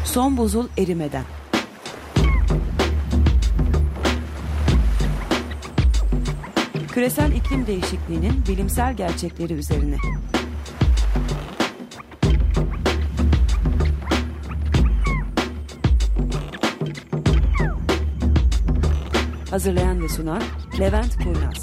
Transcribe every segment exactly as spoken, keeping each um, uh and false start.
Son buzul erimeden. Küresel iklim değişikliğinin bilimsel gerçekleri üzerine. Hazırlayan ve sunan Levent Kurnaz.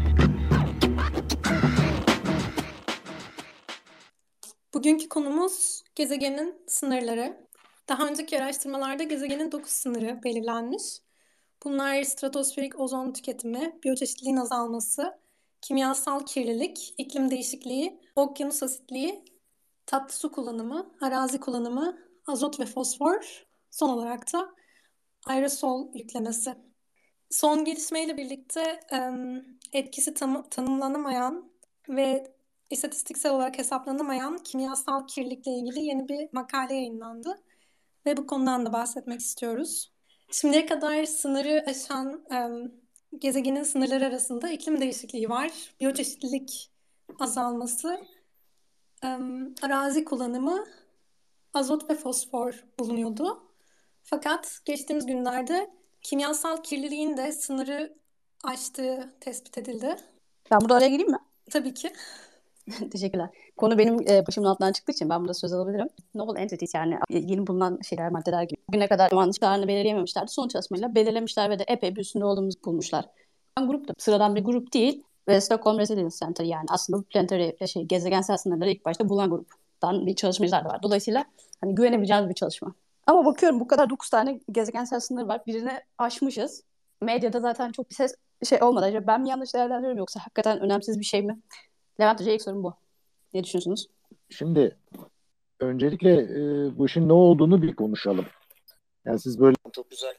Bugünkü konumuz gezegenin sınırları. Daha önceki araştırmalarda gezegenin dokuz sınırı belirlenmiş. Bunlar stratosferik ozon tüketimi, biyoçeşitliliğin azalması, kimyasal kirlilik, iklim değişikliği, okyanus asitliği, tatlı su kullanımı, arazi kullanımı, azot ve fosfor, son olarak da aerosol yüklemesi. Son gelişmeyle birlikte etkisi tam, tanımlanamayan ve istatistiksel olarak hesaplanamayan kimyasal kirlilikle ilgili yeni bir makale yayınlandı ve bu konudan da bahsetmek istiyoruz. Şimdiye kadar sınırı aşan e, gezegenin sınırları arasında iklim değişikliği var, biyoçeşitlilik azalması, e, arazi kullanımı, azot ve fosfor bulunuyordu. Fakat geçtiğimiz günlerde kimyasal kirliliğin de sınırı aştığı tespit edildi. Ben burada araya gireyim mi? Tabii ki. Teşekkürler. Konu benim e, başımın altından çıktığı için ben burada söz alabilirim. Novel entities, yani yeni bulunan şeyler, maddeler gibi. Bugüne kadar yanlışlarını belirleyememişlerdi. Son çalışmayla belirlemişler ve de epey bir üstünde olduğumuzu bulmuşlar. Ben grup da sıradan bir grup değil. Ve Stockholm Resilience Center, yani aslında bu planetary şey, gezegensel sınırları ilk başta bulan gruptan bir çalışmacılar da var. Dolayısıyla hani güvenebileceğimiz bir çalışma. Ama bakıyorum bu kadar dokuz tane gezegensel sınır var. Birini aşmışız. Medyada zaten çok bir ses şey olmadı. Acaba ben mi yanlış değerlendiriyorum yoksa hakikaten önemsiz bir şey mi? Levent Hoca'ya ilk sorum bu. Ne düşünüyorsunuz? Şimdi öncelikle e, bu işin ne olduğunu bir konuşalım. Yani siz böyle çok güzel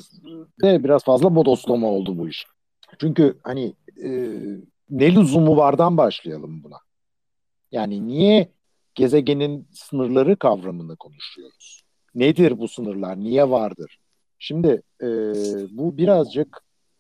de biraz fazla bodoslama oldu bu iş. Çünkü hani e, ne lüzumu vardan başlayalım buna. Yani niye gezegenin sınırları kavramını konuşuyoruz? Nedir bu sınırlar? Niye vardır? Şimdi e, bu birazcık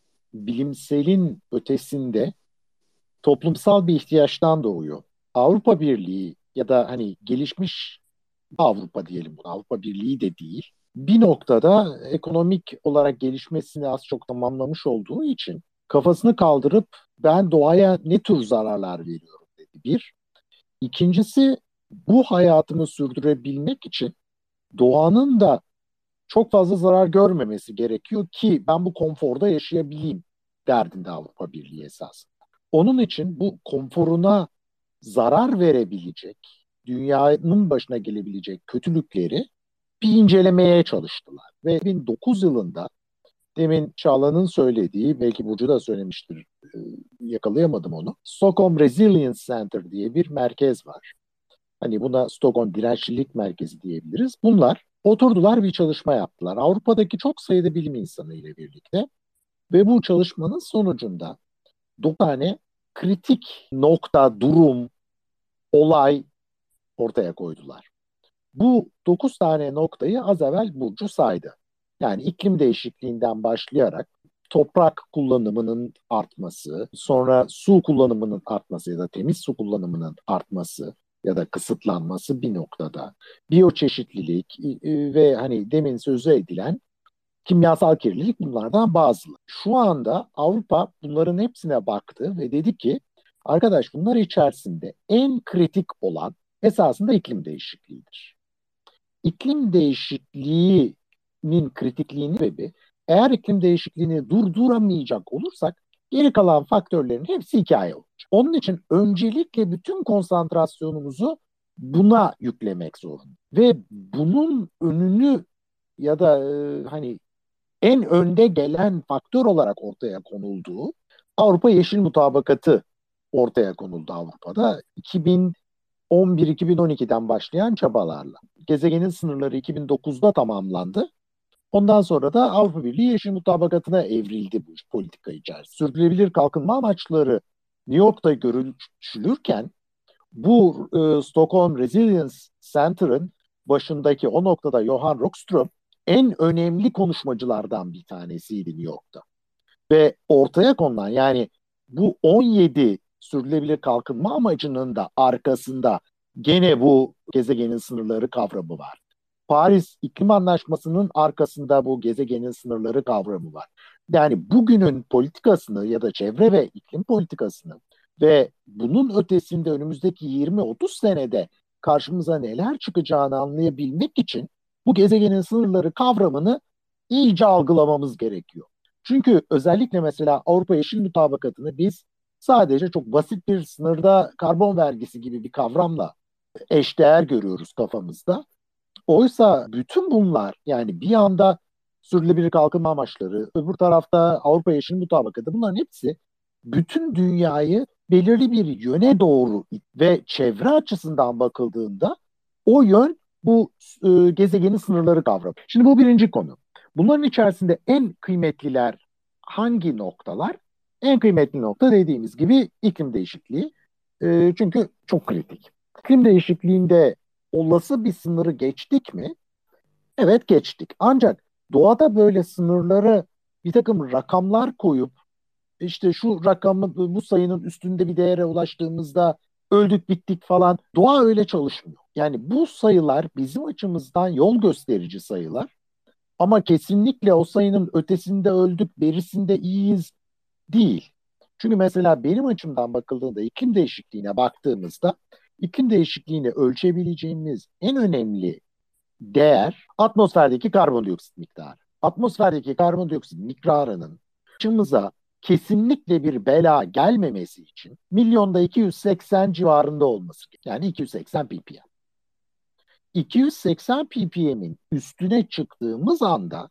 bilimselin ötesinde toplumsal bir ihtiyaçtan doğuyor. Avrupa Birliği ya da hani gelişmiş Avrupa diyelim buna, Avrupa Birliği de değil. Bir noktada ekonomik olarak gelişmesini az çok tamamlamış olduğu için kafasını kaldırıp ben doğaya ne tür zararlar veriyorum dedi. Bir. İkincisi, bu hayatını sürdürebilmek için doğanın da çok fazla zarar görmemesi gerekiyor ki ben bu konforda yaşayabileyim derdinde Avrupa Birliği esasında. Onun için bu konforuna zarar verebilecek, dünyanın başına gelebilecek kötülükleri bir incelemeye çalıştılar. Ve iki bin dokuz yılında demin Çağla'nın söylediği, belki Burcu da söylemiştir, yakalayamadım onu. Stockholm Resilience Center diye bir merkez var. Hani buna Stockholm Dirençlilik Merkezi diyebiliriz. Bunlar oturdular, bir çalışma yaptılar. Avrupa'daki çok sayıda bilim insanı ile birlikte. Ve bu çalışmanın sonucunda dokuz tane kritik nokta, durum, olay ortaya koydular. Bu dokuz tane noktayı az evvel Burcu saydı. Yani iklim değişikliğinden başlayarak toprak kullanımının artması, sonra su kullanımının artması ya da temiz su kullanımının artması ya da kısıtlanması bir noktada, biyoçeşitlilik ve hani demin sözü edilen kimyasal kirlilik bunlardan bazıları. Şu anda Avrupa bunların hepsine baktı ve dedi ki arkadaş bunlar içerisinde en kritik olan esasında iklim değişikliğidir. İklim değişikliğinin kritikliğinin sebebi, eğer iklim değişikliğini durduramayacak olursak geri kalan faktörlerin hepsi hikaye olacak. Onun için öncelikle bütün konsantrasyonumuzu buna yüklemek zorunda. Ve bunun önünü ya da e, hani en önde gelen faktör olarak ortaya konulduğu Avrupa Yeşil Mutabakatı ortaya konuldu Avrupa'da. iki bin on bir iki bin on ikiden başlayan çabalarla. Gezegenin sınırları iki bin dokuzda tamamlandı. Ondan sonra da Avrupa Birliği Yeşil Mutabakatı'na evrildi bu politika içerisinde. Sürdürülebilir kalkınma amaçları New York'ta görüşülürken bu e, Stockholm Resilience Center'ın başındaki o noktada Johan Rockström en önemli konuşmacılardan bir tanesiydi New York'ta. Ve ortaya konulan, yani bu on yedi sürdürülebilir kalkınma amacının da arkasında gene bu gezegenin sınırları kavramı var. Paris İklim Anlaşması'nın arkasında bu gezegenin sınırları kavramı var. Yani bugünün politikasını ya da çevre ve iklim politikasını ve bunun ötesinde önümüzdeki yirmi otuz senede karşımıza neler çıkacağını anlayabilmek için bu gezegenin sınırları kavramını iyice algılamamız gerekiyor. Çünkü özellikle mesela Avrupa Yeşil Mutabakatı'nı biz sadece çok basit bir sınırda karbon vergisi gibi bir kavramla eşdeğer görüyoruz kafamızda. Oysa bütün bunlar, yani bir yanda sürdürülebilir kalkınma amaçları, öbür tarafta Avrupa Yeşil Mutabakatı, bunların hepsi bütün dünyayı belirli bir yöne doğru ve çevre açısından bakıldığında o yön bu e, gezegenin sınırları kavramı. Şimdi bu birinci konu. Bunların içerisinde en kıymetliler hangi noktalar? En kıymetli nokta dediğimiz gibi iklim değişikliği. E, çünkü çok kritik. İklim değişikliğinde olası bir sınırı geçtik mi? Evet, geçtik. Ancak doğada böyle sınırları bir takım rakamlar koyup işte şu rakamı, bu sayının üstünde bir değere ulaştığımızda öldük bittik falan, doğa öyle çalışmıyor. Yani bu sayılar bizim açımızdan yol gösterici sayılar ama kesinlikle o sayının ötesinde öldük, berisinde iyiyiz değil. Çünkü mesela benim açımdan bakıldığında iklim değişikliğine baktığımızda iklim değişikliğini ölçebileceğimiz en önemli değer atmosferdeki karbondioksit miktarı. Atmosferdeki karbondioksit miktarının başımıza kesinlikle bir bela gelmemesi için milyonda iki yüz seksen civarında olması gerekiyor. Yani iki yüz seksen ppm. iki yüz seksen ppm'in üstüne çıktığımız anda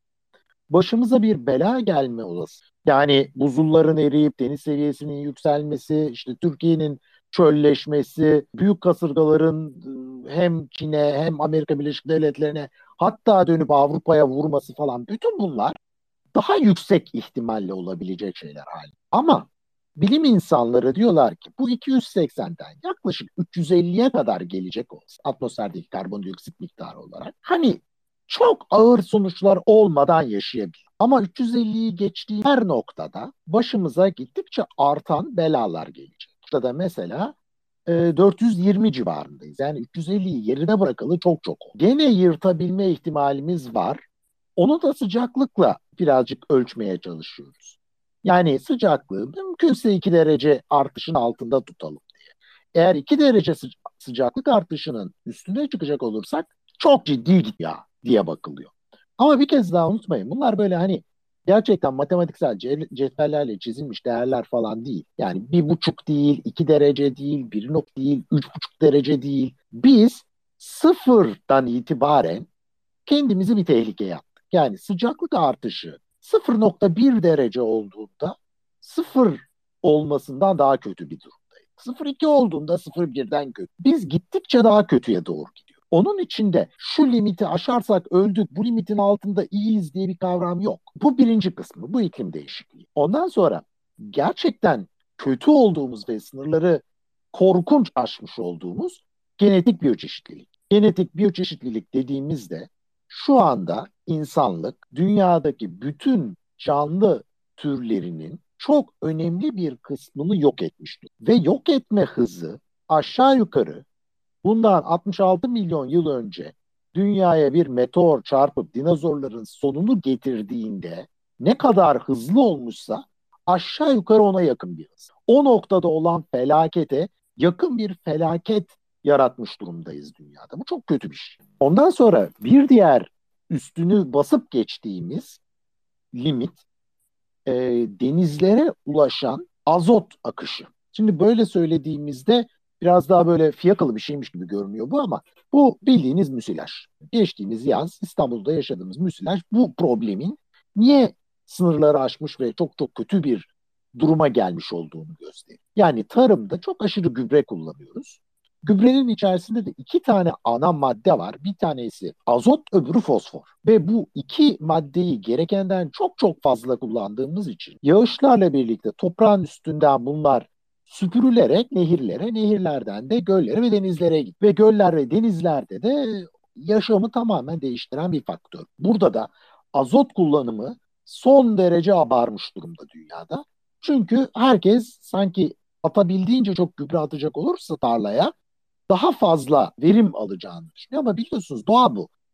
başımıza bir bela gelme olası. Yani buzulların eriyip deniz seviyesinin yükselmesi, işte Türkiye'nin çölleşmesi, büyük kasırgaların hem Çin'e hem Amerika Birleşik Devletleri'ne hatta dönüp Avrupa'ya vurması falan, bütün bunlar daha yüksek ihtimalle olabilecek şeyler hali. Ama bilim insanları diyorlar ki bu iki yüz seksenden yaklaşık üç yüz elliye kadar gelecek olsa atmosferdeki karbondioksit miktarı olarak, hani çok ağır sonuçlar olmadan yaşayabilir. Ama üç yüz elliyi geçtiği her noktada başımıza gittikçe artan belalar gelecek. İşte da mesela e, dört yüz yirmi civarındayız. Yani üç yüz elliyi geride bırakalı çok çok oldu. Gene yırtabilme ihtimalimiz var. Onu da sıcaklıkla birazcık ölçmeye çalışıyoruz. Yani sıcaklığı mümkünse iki derece artışın altında tutalım diye. Eğer iki derece sı- sıcaklık artışının üstüne çıkacak olursak çok ciddi gidiyor diye bakılıyor. Ama bir kez daha unutmayın, bunlar böyle hani gerçekten matematiksel ce- cetvellerle çizilmiş değerler falan değil. Yani bir buçuk değil, iki derece değil, bir nokta değil, üç buçuk derece değil. Biz sıfırdan itibaren kendimizi bir tehlikeye attık. Yani sıcaklık artışı sıfır nokta bir derece olduğunda sıfır olmasından daha kötü bir durumdayız. sıfır nokta iki olduğunda sıfır nokta birden kötü. Biz gittikçe daha kötüye doğru gidiyor. Onun içinde şu limiti aşarsak öldük, bu limitin altında iyiyiz diye bir kavram yok. Bu birinci kısmı, bu iklim değişikliği. Ondan sonra gerçekten kötü olduğumuz ve sınırları korkunç aşmış olduğumuz genetik biyoçeşitlilik. Genetik biyoçeşitlilik dediğimizde şu anda insanlık dünyadaki bütün canlı türlerinin çok önemli bir kısmını yok etmiştir. Ve yok etme hızı aşağı yukarı bundan altmış altı milyon yıl önce dünyaya bir meteor çarpıp dinozorların sonunu getirdiğinde ne kadar hızlı olmuşsa aşağı yukarı ona yakın bir hız. O noktada olan felakete yakın bir felaket yaratmış durumdayız dünyada. Bu çok kötü bir şey. Ondan sonra bir diğer üstünü basıp geçtiğimiz limit e, denizlere ulaşan azot akışı. Şimdi böyle söylediğimizde biraz daha böyle fiyakalı bir şeymiş gibi görünüyor bu, ama bu bildiğiniz müsilaj. Geçtiğimiz yaz İstanbul'da yaşadığımız müsilaj bu problemin niye sınırları aşmış ve çok çok kötü bir duruma gelmiş olduğunu gösteriyor. Yani tarımda çok aşırı gübre kullanıyoruz. Gübrenin içerisinde de iki tane ana madde var. Bir tanesi azot, öbürü fosfor. Ve bu iki maddeyi gerekenden çok çok fazla kullandığımız için yağışlarla birlikte toprağın üstünden bunlar süpürülerek nehirlere, nehirlerden de göllere ve denizlere gidiyor. Ve göller ve denizlerde de yaşamı tamamen değiştiren bir faktör. Burada da azot kullanımı son derece abarmış durumda dünyada. Çünkü herkes sanki atabildiğince çok gübre atacak olursa tarlaya daha fazla verim alacağını düşünüyor. Ama biliyorsunuz doğa bu.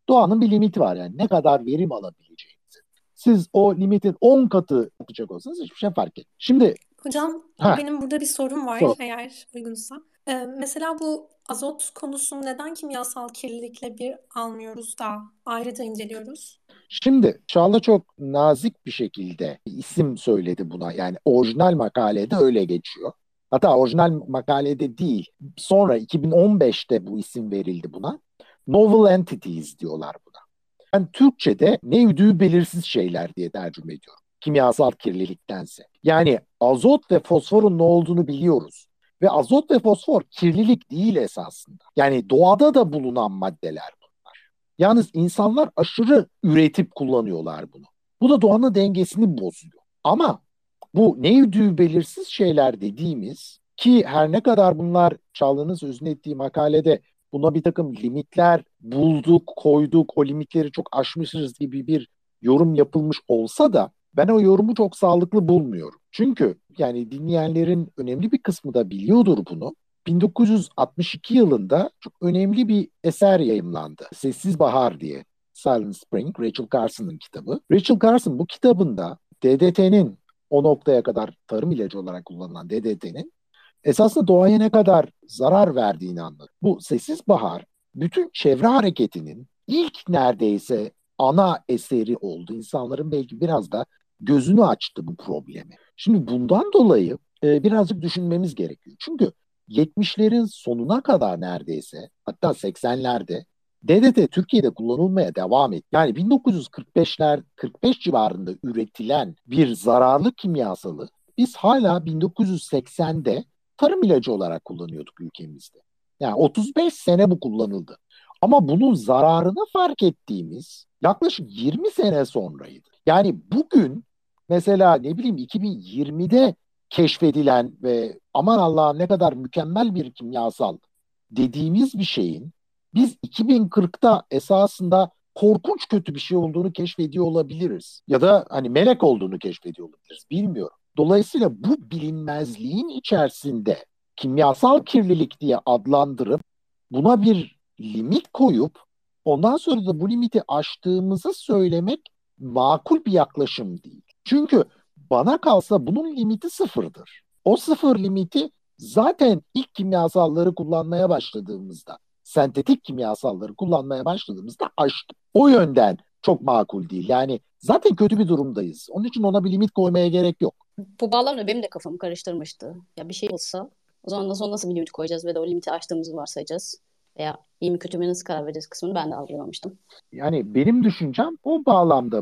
Doğanın bir limiti var yani ne kadar verim alabileceğinizi. Siz o limitin on katı yapacak olsanız hiçbir şey fark etmez. Şimdi Hocam ha benim burada bir sorum var sor. eğer uygunsa. Ee, mesela bu azot konusunu neden kimyasal kirlilikle bir almıyoruz da ayrıca inceliyoruz? Şimdi Çağla çok nazik bir şekilde bir isim söyledi buna. Yani orijinal makalede öyle geçiyor. Hatta orijinal makalede değil. Sonra iki bin on beşte bu isim verildi buna. Novel entities diyorlar buna. Ben Türkçe'de nevdüğü belirsiz şeyler diye tercüme ediyorum. Kimyasal kirliliktense. Yani azot ve fosforun ne olduğunu biliyoruz. Ve azot ve fosfor kirlilik değil esasında. Yani doğada da bulunan maddeler bunlar. Yalnız insanlar aşırı üretip kullanıyorlar bunu. Bu da doğanın dengesini bozuyor. Ama bu nevdüğü belirsiz şeyler dediğimiz ki her ne kadar bunlar Çağla'nın sözünü ettiği makalede buna bir takım limitler bulduk, koyduk, o limitleri çok aşmışız gibi bir yorum yapılmış olsa da ben o yorumu çok sağlıklı bulmuyorum. Çünkü yani dinleyenlerin önemli bir kısmı da biliyordur bunu. bin dokuz yüz altmış iki yılında çok önemli bir eser yayımlandı. Sessiz Bahar diye. Silent Spring, Rachel Carson'ın kitabı. Rachel Carson bu kitabında D D T'nin o noktaya kadar tarım ilacı olarak kullanılan D D T'nin esasında doğaya ne kadar zarar verdiğini anladı. Bu Sessiz Bahar bütün çevre hareketinin ilk neredeyse ana eseri oldu. İnsanların belki biraz da gözünü açtı bu problemi. Şimdi bundan dolayı e, birazcık düşünmemiz gerekiyor. Çünkü yetmişlerin sonuna kadar neredeyse hatta seksenlerde D D T Türkiye'de kullanılmaya devam etti. Yani bin dokuz yüz kırk beşler kırk beş civarında üretilen bir zararlı kimyasalı biz hala bin dokuz yüz seksende tarım ilacı olarak kullanıyorduk ülkemizde. Yani otuz beş sene bu kullanıldı. Ama bunun zararını fark ettiğimiz yaklaşık yirmi sene sonraydı. Yani bugün mesela ne bileyim iki bin yirmide keşfedilen ve aman Allah'ım ne kadar mükemmel bir kimyasal dediğimiz bir şeyin biz iki bin kırkta esasında korkunç kötü bir şey olduğunu keşfediyor olabiliriz. Ya da hani melek olduğunu keşfediyor olabiliriz. Bilmiyorum. Dolayısıyla bu bilinmezliğin içerisinde kimyasal kirlilik diye adlandırıp buna bir limit koyup ondan sonra da bu limiti aştığımızı söylemek makul bir yaklaşım değil. Çünkü bana kalsa bunun limiti sıfırdır. O sıfır limiti zaten ilk kimyasalları kullanmaya başladığımızda, sentetik kimyasalları kullanmaya başladığımızda aştık. O yönden çok makul değil. Yani zaten kötü bir durumdayız. Onun için ona bir limit koymaya gerek yok. Bu bağlamda benim de kafamı karıştırmıştı. Ya bir şey olsa o zaman nasıl, nasıl bir limit koyacağız ve de o limiti aştığımızı varsayacağız. Veya iyi mi kötü mü nasıl karar vereceğiz kısmını ben de algılamamıştım. Yani benim düşüncem o bağlamda.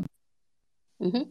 Hı hı.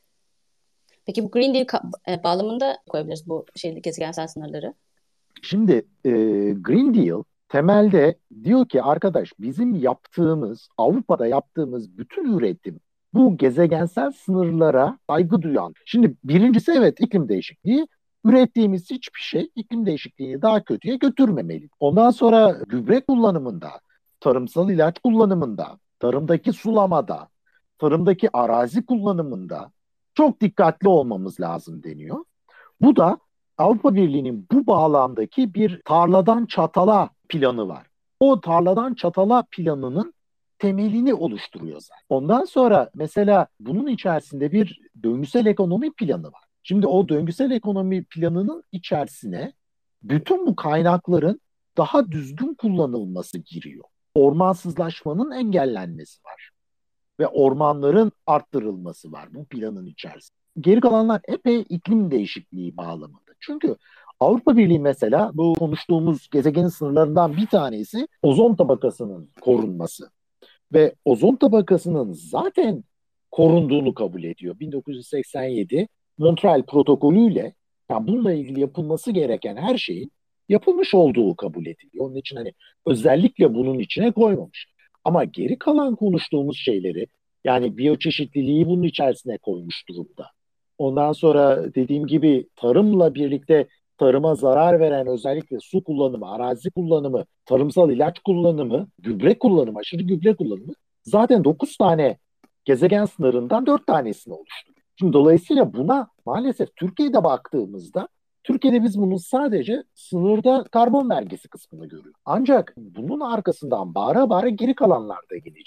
Peki bu Green Deal ka- e, bağlamında koyabiliriz bu şey gezegensel sınırları. Şimdi e, Green Deal temelde diyor ki arkadaş bizim yaptığımız, Avrupa'da yaptığımız bütün üretim bu gezegensel sınırlara saygı duyan. Şimdi birincisi evet iklim değişikliği. Ürettiğimiz hiçbir şey iklim değişikliğini daha kötüye götürmemeli. Ondan sonra gübre kullanımında, tarımsal ilaç kullanımında, tarımdaki sulamada, tarımdaki arazi kullanımında çok dikkatli olmamız lazım deniyor. Bu da Avrupa Birliği'nin bu bağlamdaki bir tarladan çatala planı var. O tarladan çatala planının temelini oluşturuyor zaten. Ondan sonra mesela bunun içerisinde bir döngüsel ekonomi planı var. Şimdi o döngüsel ekonomi planının içerisine bütün bu kaynakların daha düzgün kullanılması giriyor. Ormansızlaşmanın engellenmesi var ve ormanların arttırılması var bu planın içerisinde. Geri kalanlar epey iklim değişikliği bağlamında. Çünkü Avrupa Birliği mesela bu konuştuğumuz gezegenin sınırlarından bir tanesi ozon tabakasının korunması. Ve ozon tabakasının zaten korunduğunu kabul ediyor. bin dokuz yüz seksen yedi Montreal protokolüyle yani bununla ilgili yapılması gereken her şeyin yapılmış olduğu kabul ediliyor. Onun için hani özellikle bunun içine koymamış. Ama geri kalan konuştuğumuz şeyleri yani biyoçeşitliliği bunun içerisine koymuş durumda. Ondan sonra dediğim gibi tarımla birlikte tarıma zarar veren özellikle su kullanımı, arazi kullanımı, tarımsal ilaç kullanımı, gübre kullanımı, aşırı gübre kullanımı zaten dokuz tane gezegen sınırından dört tanesini oluşturuyor. Şimdi dolayısıyla buna maalesef Türkiye'de baktığımızda Türkiye'de biz bunun sadece sınırda karbon vergisi kısmını görüyoruz. Ancak bunun arkasından bağıra bağıra geri kalanlar da gelecek.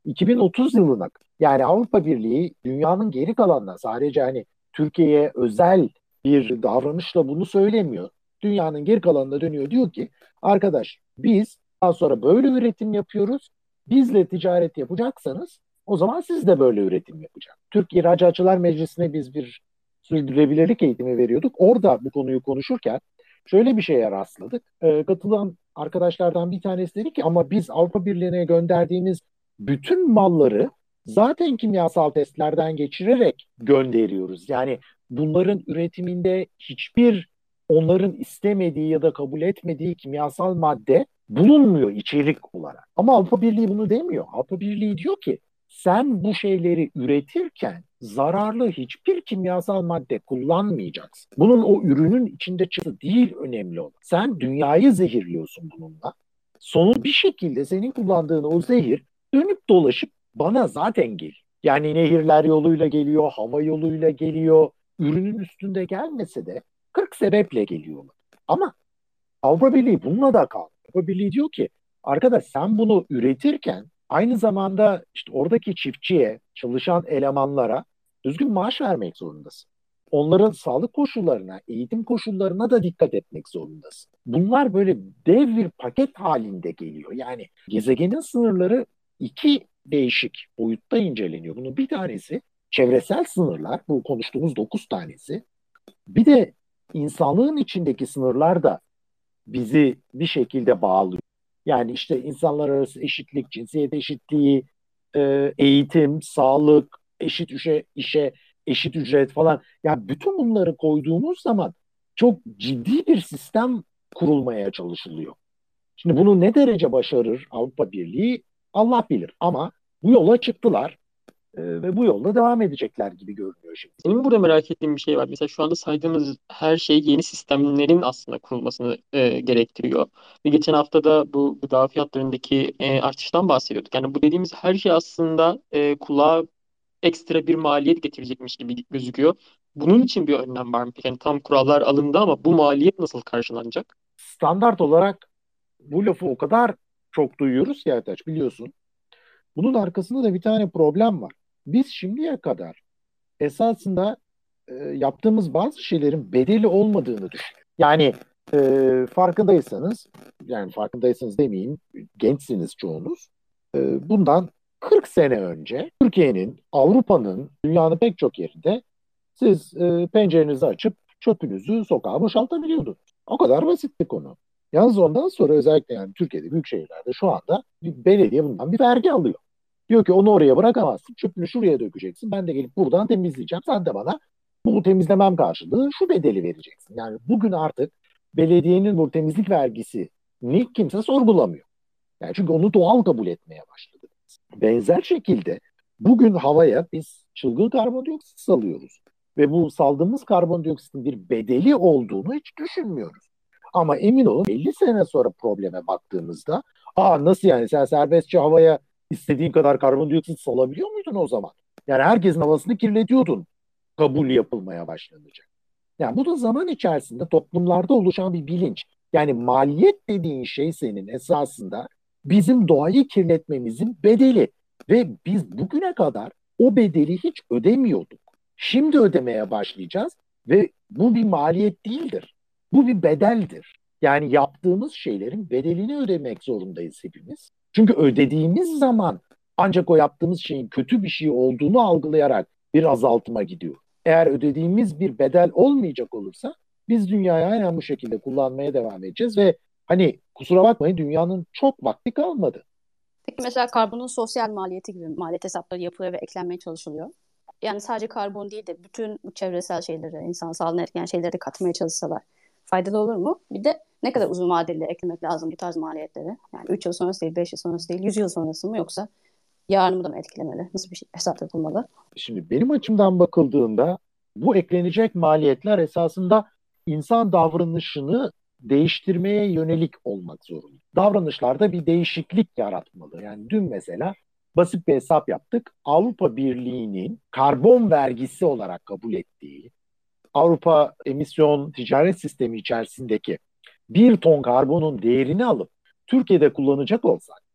iki bin otuz yılına, yani Avrupa Birliği dünyanın geri kalanına sadece hani Türkiye'ye özel bir davranışla bunu söylemiyor. Dünyanın geri kalanına dönüyor, diyor ki arkadaş biz daha sonra böyle üretim yapıyoruz. Bizle ticaret yapacaksanız o zaman siz de böyle üretim yapacaksınız. Türk İhracatçılar Meclisi'ne biz bir sürdürülebilirlik eğitimi veriyorduk. Orada bu konuyu konuşurken şöyle bir şeye rastladık. Ee, katılan arkadaşlardan bir tanesi dedi ki ama biz Avrupa Birliği'ne gönderdiğimiz bütün malları zaten kimyasal testlerden geçirerek gönderiyoruz. Yani bunların üretiminde hiçbir onların istemediği ya da kabul etmediği kimyasal madde bulunmuyor içerik olarak. Ama Avrupa Birliği bunu demiyor. Avrupa Birliği diyor ki sen bu şeyleri üretirken zararlı hiçbir kimyasal madde kullanmayacaksın. Bunun o ürünün içinde çıktığı değil önemli olan. Sen dünyayı zehirliyorsun bununla. Sonu bir şekilde senin kullandığın o zehir dönüp dolaşıp bana zaten geliyor. Yani nehirler yoluyla geliyor, hava yoluyla geliyor. Ürünün üstünde gelmese de kırk sebeple geliyorlar. Ama Avrupa Birliği bununla da kalmıyor. Avrupa Birliği diyor ki arkadaş sen bunu üretirken aynı zamanda işte oradaki çiftçiye, çalışan elemanlara düzgün maaş vermek zorundasın. Onların sağlık koşullarına, eğitim koşullarına da dikkat etmek zorundasın. Bunlar böyle dev bir paket halinde geliyor. Yani gezegenin sınırları iki değişik boyutta inceleniyor. Bunun bir tanesi çevresel sınırlar, bu konuştuğumuz dokuz tanesi. Bir de insanlığın içindeki sınırlar da bizi bir şekilde bağlıyor. Yani işte insanlar arası eşitlik, cinsiyet eşitliği, e, eğitim, sağlık, eşit işe, işe eşit ücret falan. Yani bütün bunları koyduğumuz zaman çok ciddi bir sistem kurulmaya çalışılıyor. Şimdi bunu ne derece başarır Avrupa Birliği Allah bilir. Ama bu yola çıktılar e, ve bu yolda devam edecekler gibi görünüyor şimdi. Benim burada merak ettiğim bir şey var. Mesela şu anda saydığımız her şey yeni sistemlerin aslında kurulmasını e, gerektiriyor. Ve geçen hafta da bu gıda fiyatlarındaki e, artıştan bahsediyorduk. Yani bu dediğimiz her şey aslında e, kulağa ekstra bir maliyet getirecekmiş gibi gözüküyor. Bunun için bir önlem var mı? Yani tam kurallar alındı ama bu maliyet nasıl karşılanacak? Standart olarak bu lafı o kadar çok duyuyoruz ki Ertaç, biliyorsun. Bunun arkasında da bir tane problem var. Biz şimdiye kadar esasında e, yaptığımız bazı şeylerin bedeli olmadığını düşünüyoruz. Yani e, farkındaysanız, yani farkındaysanız demeyeyim, gençsiniz çoğunuz. E, bundan kırk sene önce Türkiye'nin, Avrupa'nın, dünyanın pek çok yerinde siz e, pencerenizi açıp çöpünüzü sokağa boşaltabiliyordunuz. O kadar basit bir konu. Yalnız ondan sonra özellikle yani Türkiye'de büyük şehirlerde şu anda bir belediye bundan bir vergi alıyor. Diyor ki onu oraya bırakamazsın. Çöpünü şuraya dökeceksin. Ben de gelip buradan temizleyeceğim. Sen de bana bu temizlemem karşılığı şu bedeli vereceksin. Yani bugün artık belediyenin bu temizlik vergisini kimse sorgulamıyor. Yani çünkü onu doğal kabul etmeye başladı. Benzer şekilde bugün havaya biz çılgın karbondioksit salıyoruz. Ve bu saldığımız karbondioksitin bir bedeli olduğunu hiç düşünmüyoruz. Ama emin olun elli sene sonra probleme baktığımızda aa nasıl yani sen serbestçe havaya istediğin kadar karbondioksit salabiliyor muydun o zaman? Yani herkesin havasını kirletiyordun. Kabul yapılmaya başlanacak. Yani bu da zaman içerisinde toplumlarda oluşan bir bilinç. Yani maliyet dediğin şey senin esasında bizim doğayı kirletmemizin bedeli. Ve biz bugüne kadar o bedeli hiç ödemiyorduk. Şimdi ödemeye başlayacağız ve bu bir maliyet değildir. Bu bir bedeldir. Yani yaptığımız şeylerin bedelini ödemek zorundayız hepimiz. Çünkü ödediğimiz zaman ancak o yaptığımız şeyin kötü bir şey olduğunu algılayarak bir azaltıma gidiyor. Eğer ödediğimiz bir bedel olmayacak olursa biz dünyayı aynen bu şekilde kullanmaya devam edeceğiz ve hani kusura bakmayın dünyanın çok vakti kalmadı. Peki mesela karbonun sosyal maliyeti gibi maliyet hesapları yapılıyor ve eklenmeye çalışılıyor. Yani sadece karbon değil de bütün bu çevresel şeyleri, insan sağlığına etkileyen şeyleri katmaya çalışsalar faydalı olur mu? Bir de ne kadar uzun vadeli eklemek lazım bu tarz maliyetleri? Yani üç yıl sonrası değil, beş yıl sonrası değil, yüz yıl sonrası mı yoksa yarınımı da mı etkilemeli? Nasıl bir şey, hesap yapılmalı? Şimdi benim açımdan bakıldığında bu eklenecek maliyetler esasında insan davranışını değiştirmeye yönelik olmak zorunda. Davranışlarda bir değişiklik yaratmalı. Yani dün mesela basit bir hesap yaptık. Avrupa Birliği'nin karbon vergisi olarak kabul ettiği Avrupa Emisyon Ticaret Sistemi içerisindeki bir ton karbonun değerini alıp Türkiye'de kullanacak olsak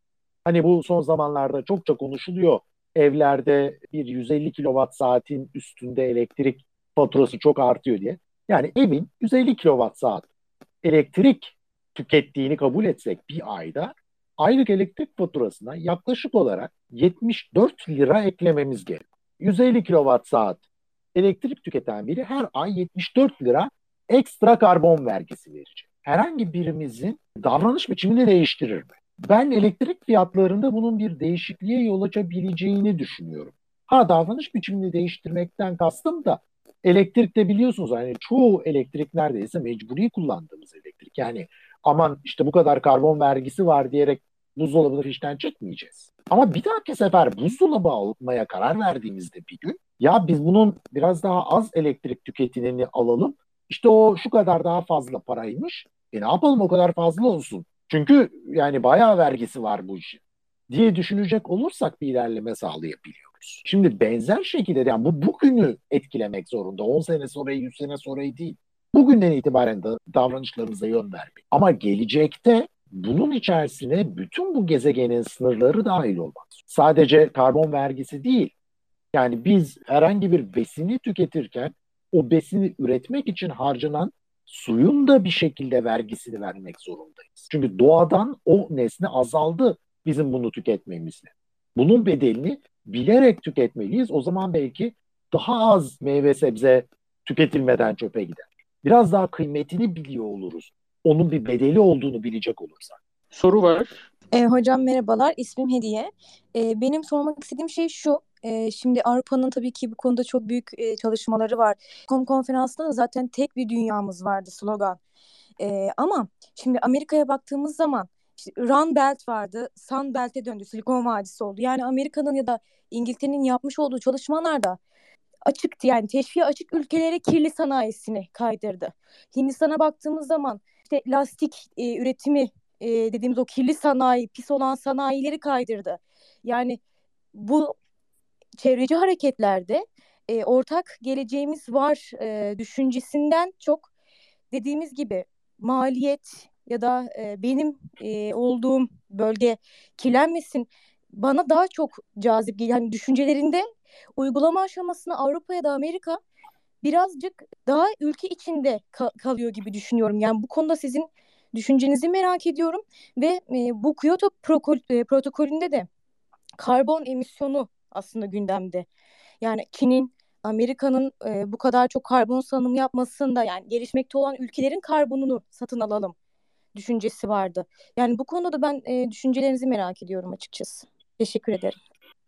Hani bu son zamanlarda çokça konuşuluyor. Evlerde bir yüz elli kilowatt saatin üstünde elektrik faturası çok artıyor diye. Yani evin yüz elli kilowatt saat elektrik tükettiğini kabul etsek bir ayda aylık elektrik faturasına yaklaşık olarak yetmiş dört lira eklememiz gerekiyor. yüz elli kilowatt saat elektrik tüketen biri her ay yetmiş dört lira ekstra karbon vergisi verecek. Herhangi birimizin davranış biçimini değiştirir mi? Ben elektrik fiyatlarında bunun bir değişikliğe yol açabileceğini düşünüyorum. Ha, davranış biçimini değiştirmekten kastım da elektrikte biliyorsunuz hani çoğu elektrik neredeyse mecburi kullandığımız elektrik. Yani aman işte bu kadar karbon vergisi var diyerek buzdolabını işten çekmeyeceğiz. Ama bir dahaki sefer buzdolabı almaya karar verdiğimizde bir gün ya biz bunun biraz daha az elektrik tüketimini alalım. İşte o şu kadar daha fazla paraymış. E ne yapalım o kadar fazla olsun. Çünkü yani bayağı vergisi var bu işin diye düşünecek olursak bir ilerleme sağlayabiliyoruz. Şimdi benzer şekilde yani bu bugünü etkilemek zorunda. on sene sonra, yüz sene sonra değil. Bugünden itibaren de davranışlarımıza yön vermek. Ama gelecekte bunun içerisine bütün bu gezegenin sınırları dahil olmak. Sadece karbon vergisi değil. Yani biz herhangi bir besini tüketirken o besini üretmek için harcanan suyun da bir şekilde vergisini vermek zorundayız. Çünkü doğadan o nesne azaldı bizim bunu tüketmemizle. Bunun bedelini bilerek tüketmeliyiz. O zaman belki daha az meyve sebze tüketilmeden çöpe gider. Biraz daha kıymetini biliyor oluruz. Onun bir bedeli olduğunu bilecek olursak. Soru var. E, hocam merhabalar, ismim Hediye. E, benim sormak istediğim şey şu. E, şimdi Avrupa'nın tabii ki bu konuda çok büyük e, çalışmaları var. Kom konferansında da zaten tek bir dünyamız vardı slogan. E, ama şimdi Amerika'ya baktığımız zaman işte Run Belt vardı, Sun Belt'e döndü, Silikon Vadisi oldu. Yani Amerika'nın ya da İngiltere'nin yapmış olduğu çalışmalarda açıktı, yani teşviğe açık ülkelere kirli sanayisini kaydırdı. Hindistan'a baktığımız zaman işte lastik e, üretimi e, dediğimiz o kirli sanayi, pis olan sanayileri kaydırdı. Yani bu çevreci hareketlerde e, ortak geleceğimiz var e, düşüncesinden çok dediğimiz gibi maliyet ya da e, benim e, olduğum bölge kirlenmesin bana daha çok cazip geliyor. Yani düşüncelerinde uygulama aşamasında Avrupa ya da Amerika birazcık daha ülke içinde ka- kalıyor gibi düşünüyorum. Yani bu konuda sizin düşüncenizi merak ediyorum ve e, bu Kyoto protokol, e, protokolünde de karbon emisyonu aslında gündemde. Yani Çin'in, Amerika'nın e, bu kadar çok karbon salınımı yapmasında, yani gelişmekte olan ülkelerin karbonunu satın alalım düşüncesi vardı. Yani bu konuda ben e, düşüncelerinizi merak ediyorum açıkçası. Teşekkür ederim.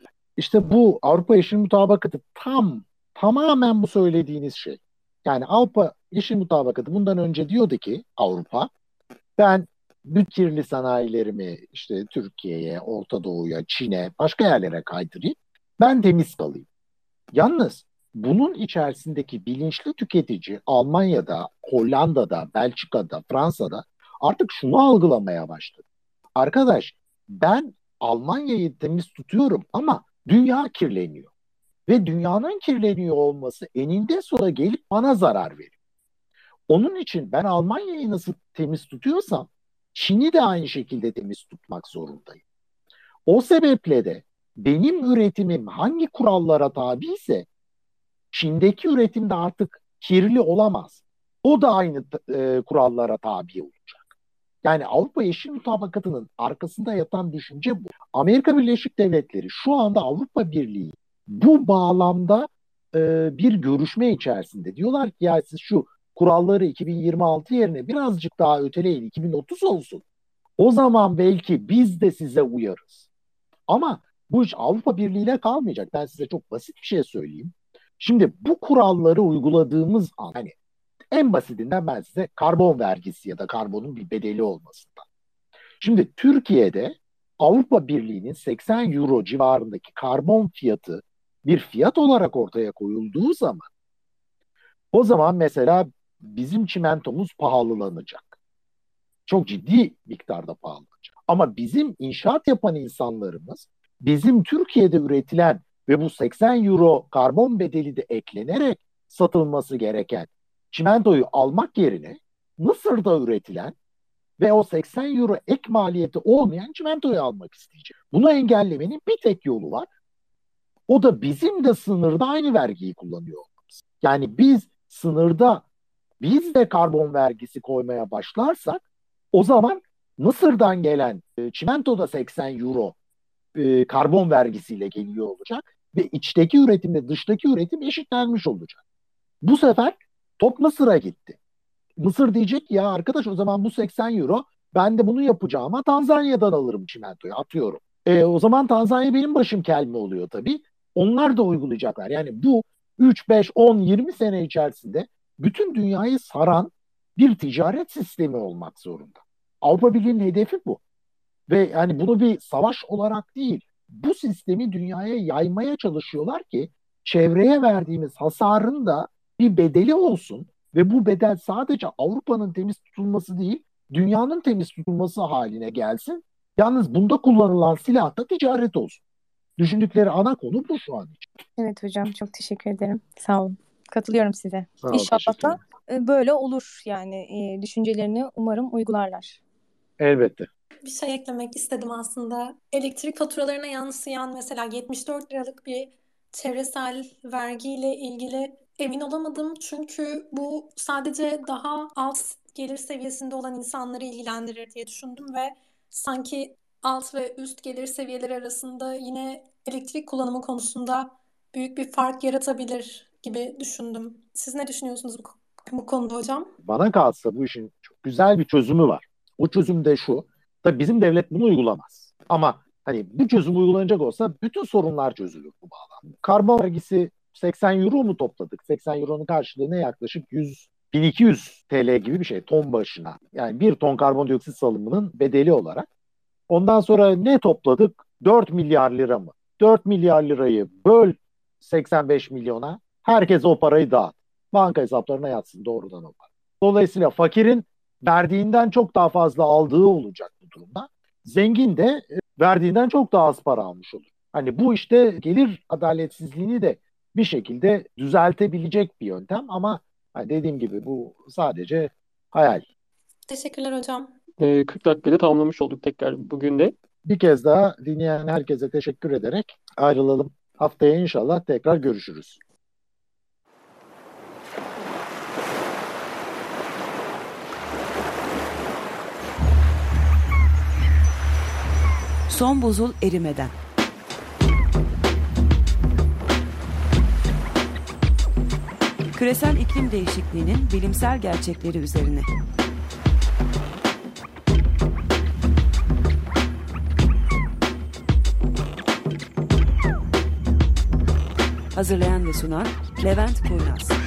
İşte bu Avrupa Yeşil Mutabakatı tam tamamen bu söylediğiniz şey. Yani Avrupa Yeşil Mutabakatı bundan önce diyordu ki Avrupa ben bütün kirli sanayilerimi işte Türkiye'ye, Orta Doğu'ya, Çin'e, başka yerlere kaydırayım. Ben temiz kalayım. Yalnız bunun içerisindeki bilinçli tüketici Almanya'da, Hollanda'da, Belçika'da, Fransa'da artık şunu algılamaya başladı. Arkadaş ben Almanya'yı temiz tutuyorum ama dünya kirleniyor. Ve dünyanın kirleniyor olması eninde sonunda gelip bana zarar veriyor. Onun için ben Almanya'yı nasıl temiz tutuyorsam Çin'i de aynı şekilde temiz tutmak zorundayım. O sebeple de benim üretimim hangi kurallara tabi ise Çin'deki üretim de artık kirli olamaz. O da aynı e, kurallara tabi olacak. Yani Avrupa Yeşil Mutabakatı'nın arkasında yatan düşünce bu. Amerika Birleşik Devletleri şu anda Avrupa Birliği bu bağlamda e, bir görüşme içerisinde. Diyorlar ki ya siz şu kuralları iki bin yirmi altı yerine birazcık daha öteleyin, iki bin otuz olsun. O zaman belki biz de size uyarız. Ama bu iş Avrupa Birliği ile kalmayacak. Ben size çok basit bir şey söyleyeyim. Şimdi bu kuralları uyguladığımız an, hani en basitinden ben size karbon vergisi ya da karbonun bir bedeli olmasından. Şimdi Türkiye'de Avrupa Birliği'nin seksen euro civarındaki karbon fiyatı bir fiyat olarak ortaya koyulduğu zaman o zaman mesela bizim çimentomuz pahalılanacak. Çok ciddi miktarda pahalanacak. Ama bizim inşaat yapan insanlarımız bizim Türkiye'de üretilen ve bu seksen euro karbon bedeli de eklenerek satılması gereken çimentoyu almak yerine Mısır'da üretilen ve o seksen euro ek maliyeti olmayan çimentoyu almak isteyecek. Bunu engellemenin bir tek yolu var. O da bizim de sınırda aynı vergiyi kullanıyor olmamız. Yani biz sınırda biz de karbon vergisi koymaya başlarsak o zaman Mısır'dan gelen e, çimento da seksen euro e, karbon vergisiyle geliyor olacak ve içteki üretimle dıştaki üretim eşitlenmiş olacak. Bu sefer top Mısır'a gitti. Mısır diyecek ya arkadaş o zaman bu seksen euro ben de bunu yapacağıma Tanzanya'dan alırım çimentoyu atıyorum. E, o zaman Tanzanya benim başım kel mi oluyor tabii. Onlar da uygulayacaklar. Yani bu üç, beş, on, yirmi sene içerisinde bütün dünyayı saran bir ticaret sistemi olmak zorunda. Avrupa Birliği'nin hedefi bu. Ve yani bunu bir savaş olarak değil, bu sistemi dünyaya yaymaya çalışıyorlar ki çevreye verdiğimiz hasarın da bir bedeli olsun ve bu bedel sadece Avrupa'nın temiz tutulması değil, dünyanın temiz tutulması haline gelsin. Yalnız bunda kullanılan silah da ticaret olsun. Düşündükleri ana konu bu şu an için. Evet hocam, çok teşekkür ederim. Sağ olun. Katılıyorum size. Sağ ol, İnşallah teşekkür da ederim. e, böyle olur yani e, düşüncelerini umarım uygularlar. Elbette. Bir şey eklemek istedim aslında. Elektrik faturalarına yansıyan mesela yetmiş dört liralık bir çevresel vergiyle ilgili emin olamadım. Çünkü bu sadece daha alt gelir seviyesinde olan insanları ilgilendirir diye düşündüm ve sanki alt ve üst gelir seviyeleri arasında yine elektrik kullanımı konusunda büyük bir fark yaratabilir gibi düşündüm. Siz ne düşünüyorsunuz bu, bu konuda hocam? Bana kalsa bu işin çok güzel bir çözümü var. O çözüm de şu. Tabii bizim devlet bunu uygulamaz. Ama hani bu çözüm uygulanacak olsa bütün sorunlar çözülür bu bağlamda. Karbon vergisi seksen euro mu topladık? seksen euronun karşılığı ne yaklaşık yüz bin iki yüz T L gibi bir şey ton başına. Yani bir ton karbondioksit salımının bedeli olarak. Ondan sonra ne topladık? dört milyar lira mı? dört milyar lirayı böl seksen beş milyona. Herkes o parayı dağıt. Banka hesaplarına yatsın doğrudan o para. Dolayısıyla fakirin verdiğinden çok daha fazla aldığı olacak bu durumda. Zengin de verdiğinden çok daha az para almış olur. Hani bu işte gelir adaletsizliğini de bir şekilde düzeltebilecek bir yöntem ama hani dediğim gibi bu sadece hayal. Teşekkürler hocam. Ee, kırk dakikada tamamlamış olduk tekrar bugün de. Bir kez daha dinleyen herkese teşekkür ederek ayrılalım. Haftaya inşallah tekrar görüşürüz. Son buzul erimeden. Küresel iklim değişikliğinin bilimsel gerçekleri üzerine. Hazırlayan ve sunan Levent Kurnaz.